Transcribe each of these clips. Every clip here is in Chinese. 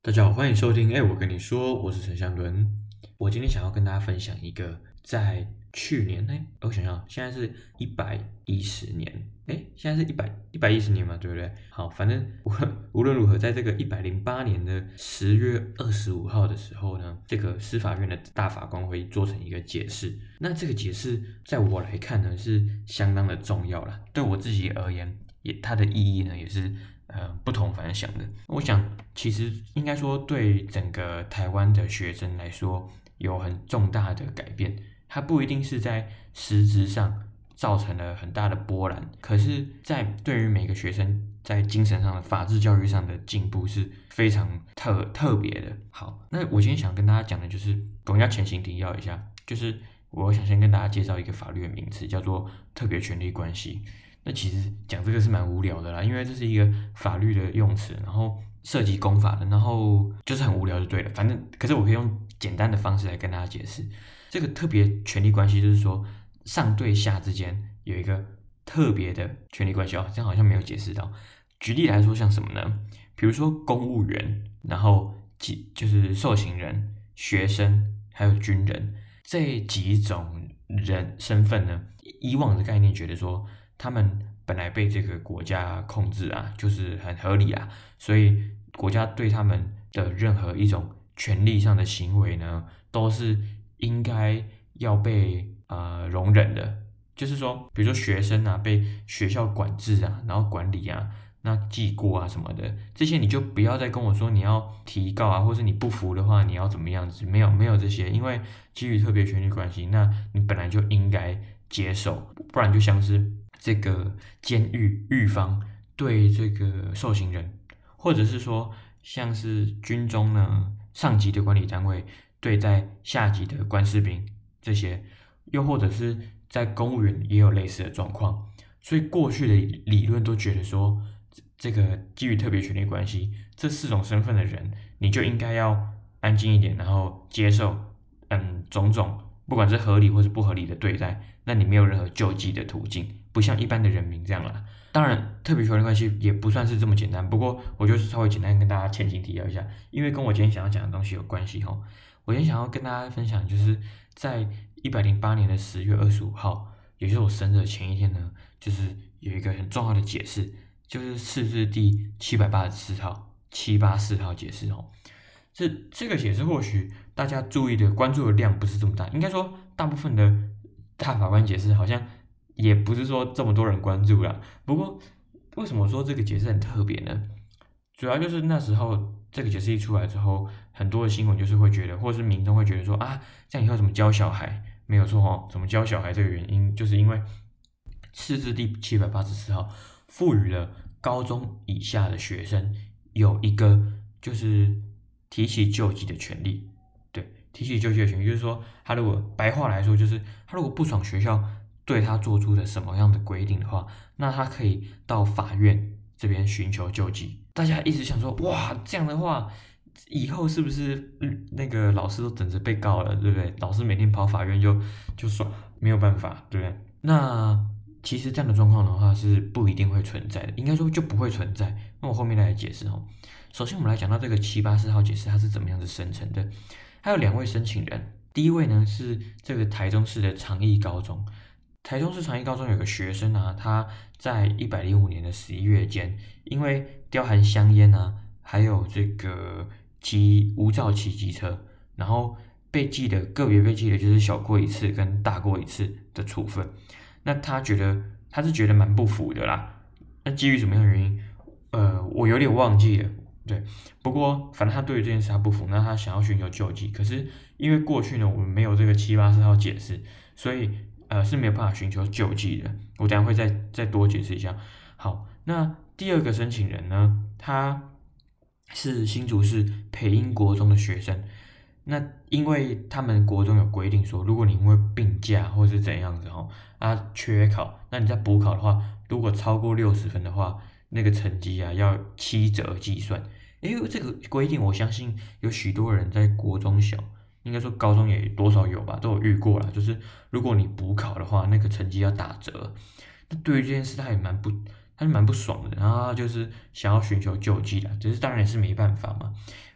大家好，欢迎收听。我跟你说，我是陈祥伦。我今天想要跟大家分享一个，在去年我想想，现在是110年，现在是一百一十年嘛，对不对？好，反正无论如何，在这个108年的10月25号的时候呢，这个司法院的大法官会做成一个解释。那这个解释，在我来看呢，是相当的重要啦。对我自己而言，它的意义呢，也是不同凡响的。我想，其实应该说，对整个台湾的学生来说，有很重大的改变。它不一定是在实质上造成了很大的波澜，可是，在对于每个学生在精神上的法治教育上的进步是非常特别的。好，那我今天想跟大家讲的就是，我要前情提要一下，就是我想先跟大家介绍一个法律的名词，叫做特别权利关系。那其实讲这个是蛮无聊的啦，因为这是一个法律的用词，然后涉及公法的，然后就是很无聊就对了。反正，可是我可以用简单的方式来跟大家解释，这个特别权利关系就是说，上对下之间有一个特别的权利关系哦，这样好像没有解释到。举例来说，像什么呢？比如说公务员，然后就是受刑人、学生还有军人这几种人身份呢，以往的概念觉得说，他们本来被这个国家控制啊，就是很合理啊，所以国家对他们的任何一种权利上的行为呢，都是应该要被容忍的。就是说，比如说学生啊被学校管制啊，然后管理啊，那记过啊什么的，这些你就不要再跟我说你要提告啊，或是你不服的话你要怎么样子，没有这些，因为基于特别权利关系，那你本来就应该接受，不然就像是这个监狱狱方对这个受刑人，或者是说像是军中呢上级的管理单位对待下级的官士兵这些，又或者是在公务员也有类似的状况，所以过去的理论都觉得说，这个基于特别权利关系，这四种身份的人，你就应该要安静一点，然后接受种种不管是合理或是不合理的对待，那你没有任何救济的途径，不像一般的人民这样啦。当然，特别权利关系也不算是这么简单，不过我就是稍微简单跟大家前情提要一下，因为跟我今天想要讲的东西有关系哈。我今天想要跟大家分享，就是在108年的10月25号，也就是我生日的前一天呢，就是有一个很重要的解释，就是释字第784号784号解释哦。这个解释或许大家注意的关注的量不是这么大，应该说大部分的大法官解释好像也不是说这么多人关注啦。不过为什么说这个解释很特别呢？主要就是那时候这个解释一出来之后，很多的新闻就是会觉得，或者是民众会觉得说啊，这样以后怎么教小孩？没有错哦，怎么教小孩这个原因，就是因为释字第784号赋予了高中以下的学生有一个就是提起救济的权利。对，提起救济的权利，就是说，他如果白话来说，就是他如果不爽学校对他做出的什么样的规定的话，那他可以到法院这边寻求救济。大家一直想说，哇，这样的话，以后是不是那个老师都等着被告了，对不对？老师每天跑法院就爽，没有办法，对不对？那其实这样的状况的话是不一定会存在的，应该说就不会存在。那我后面来解释哦。首先我们来讲到这个784号解释它是怎么样子生成的。还有两位申请人，第一位呢是这个台中市的长义高中。台中市长义高中有个学生啊，他在105年的11月间，因为叼含香烟啊，还有这个无照骑机车，然后个别被记的就是小过一次跟大过一次的处分。那他是觉得蛮不服的啦。那基于什么样的原因？我有点忘记了。对，不过反正他对于这件事他不服，那他想要寻求救济。可是因为过去呢，我们没有这个784号解释，所以是没有办法寻求救济的。我等一下会再多解释一下。好，那第二个申请人呢，他是新竹市培英国中的学生。那因为他们国中有规定说，如果你因为病假或是怎样子缺考，那你在补考的话，如果超过60分的话，那个成绩啊要7折计算。这个规定我相信有许多人在国中小，应该说高中也多少有吧，都有遇过啦。就是如果你补考的话，那个成绩要打折。那对于这件事，他就蛮不爽的，然后他就是想要寻求救济的，只是当然也是没办法嘛。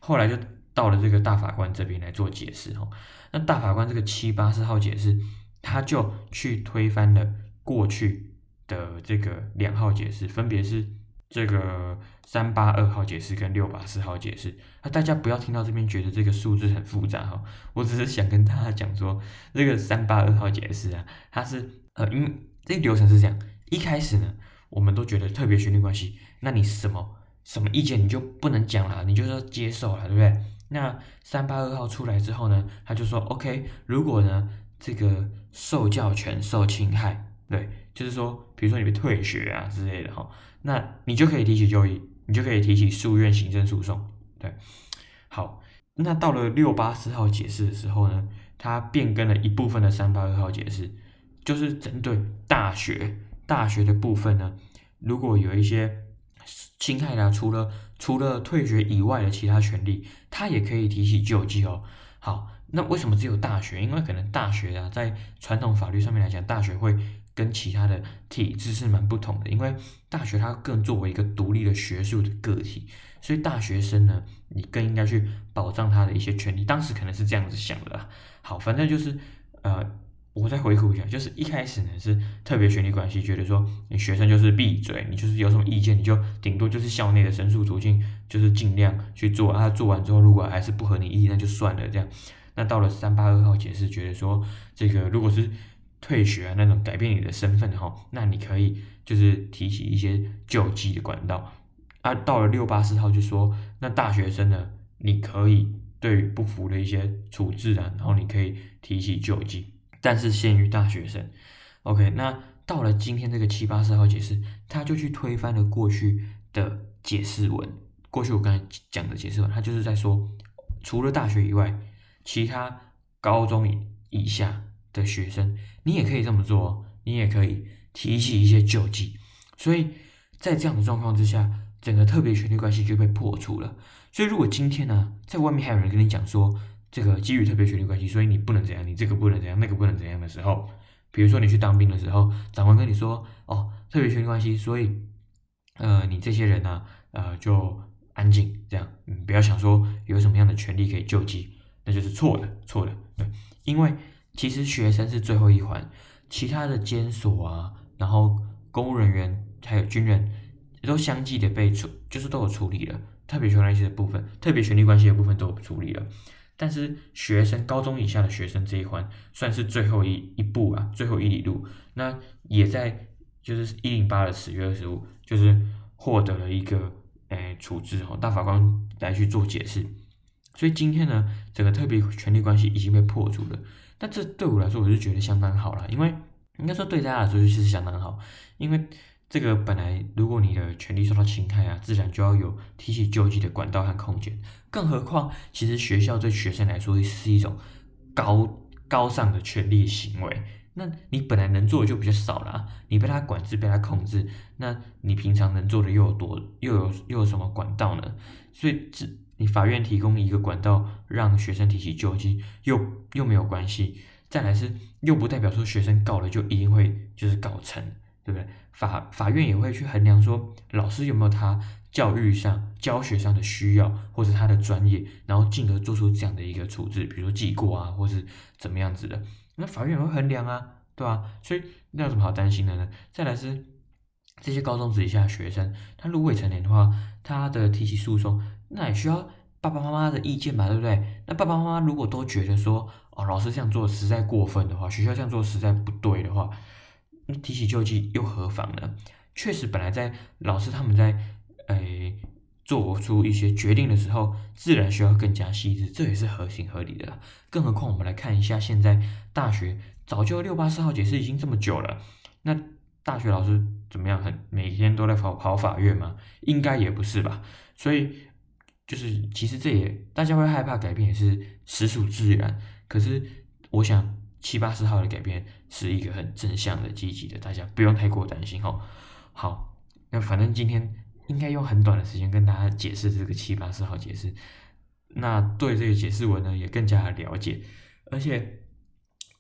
后来就到了这个大法官这边来做解释哦。那大法官这个784号解释，他就去推翻了过去的这个2号解释，分别是这个382号解释跟684号解释。那大家不要听到这边觉得这个数字很复杂哈，我只是想跟大家讲说，这个382号解释啊，它是因为这个流程是这样，一开始呢，我们都觉得特别权利关系，那你什么意见你就不能讲了，你就是要接受了，对不对？那382号出来之后呢，他就说 OK， 如果呢这个受教权受侵害，对，就是说比如说你被退学啊之类的哈，那你就可以提起就医，你就可以提起诉愿行政诉讼，对，好，那到了684号解释的时候呢，它变更了一部分的382号解释，就是针对大学的部分呢，如果有一些侵害啦，除了退学以外的其他权利，他也可以提起救济哦。好，那为什么只有大学？因为可能大学啊，在传统法律上面来讲，大学会跟其他的体制是蛮不同的，因为大学它更作为一个独立的学术的个体，所以大学生呢，你更应该去保障他的一些权利。当时可能是这样子想的啦。好，反正就是我再回顾一下，就是一开始呢是特别权利关系，觉得说你学生就是闭嘴，你就是有什么意见你就顶多就是校内的申诉途径，就是尽量去做啊，做完之后如果还是不合你意，那就算了这样。那到了382号解释，觉得说这个如果是退学啊那种改变你的身份哈，那你可以就是提起一些救济的管道啊。到了684号就说，那大学生呢，你可以对于不服的一些处置啊，然后你可以提起救济。但是限于大学生。OK， 那到了今天这个784号解释，他就去推翻了过去的解释文。过去我刚才讲的解释文，他就是在说，除了大学以外，其他高中以下的学生，你也可以这么做哦，你也可以提起一些救济。所以在这样的状况之下，整个特别权利关系就被破除了。所以如果今天呢，在外面还有人跟你讲说，这个基于特别权利关系，所以你不能怎样，你这个不能怎样，那个不能怎样的时候，比如说你去当兵的时候，长官跟你说，哦，特别权利关系，所以你这些人呢，就安静，这样，不要想说有什么样的权利可以救济，那就是错的，对，因为其实学生是最后一环，其他的监所啊，然后公务人员还有军人都相继的就是都有处理了，特别权利关系的部分，特别权利关系的部分都有处理了。但是学生高中以下的学生这一环算是最后一步啊，最后一里路。那也在就是108的10月25，就是获得了一个处置哦，大法官来去做解释。所以今天呢，整个特别权利关系已经被破除了。那这对我来说，我是觉得相当好了，因为应该说对大家来说就是相当好，因为这个本来如果你的权利受到侵害啊，自然就要有提起救济的管道和空间。更何况，其实学校对学生来说是一种高尚的权利行为。那你本来能做的就比较少啦，你被他管制、被他控制，那你平常能做的又有什么管道呢？所以你法院提供一个管道让学生提起救济，又没有关系。再来是又不代表说学生告了就一定会就是告成，对不对？法院也会去衡量说老师有没有他教育上、教学上的需要，或者他的专业，然后进而做出这样的一个处置，比如说记过啊，或是怎么样子的。那法院也会衡量啊，对吧？所以那有什么好担心的呢？再来是这些高中职以下的学生，他如果未成年的话，他的提起诉讼，那也需要爸爸妈妈的意见吧，对不对？那爸爸妈妈如果都觉得说，哦，老师这样做实在过分的话，学校这样做实在不对的话，提起救济又何妨呢？确实，本来在老师他们在做出一些决定的时候，自然需要更加细致，这也是合情合理的啦。更何况我们来看一下，现在大学早就684号解释已经这么久了，那大学老师怎么样？每天都在跑法院吗？应该也不是吧。所以就是其实大家会害怕改变也是实属自然。可是我想784号的改变是一个很正向的、积极的，大家不用太过担心哦。好，那反正今天应该用很短的时间跟大家解释这个784号解释，那对这个解释文呢也更加的了解，而且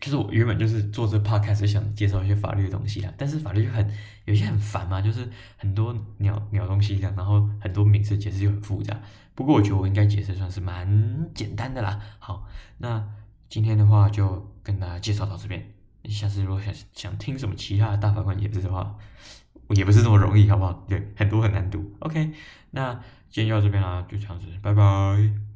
就是我原本就是做这 podcast 就想介绍一些法律的东西啦，但是法律就有一些很烦嘛，就是很多鸟东西这样，然后很多名词解释又很复杂。不过我觉得我应该解释算是蛮简单的啦。好，那今天的话就跟大家介绍到这边。下次如果想听什么其他的大法官解释的话，也不是这么容易，好不好？对，很多很难读。OK，那今天就到这边啦，就这样子，拜拜。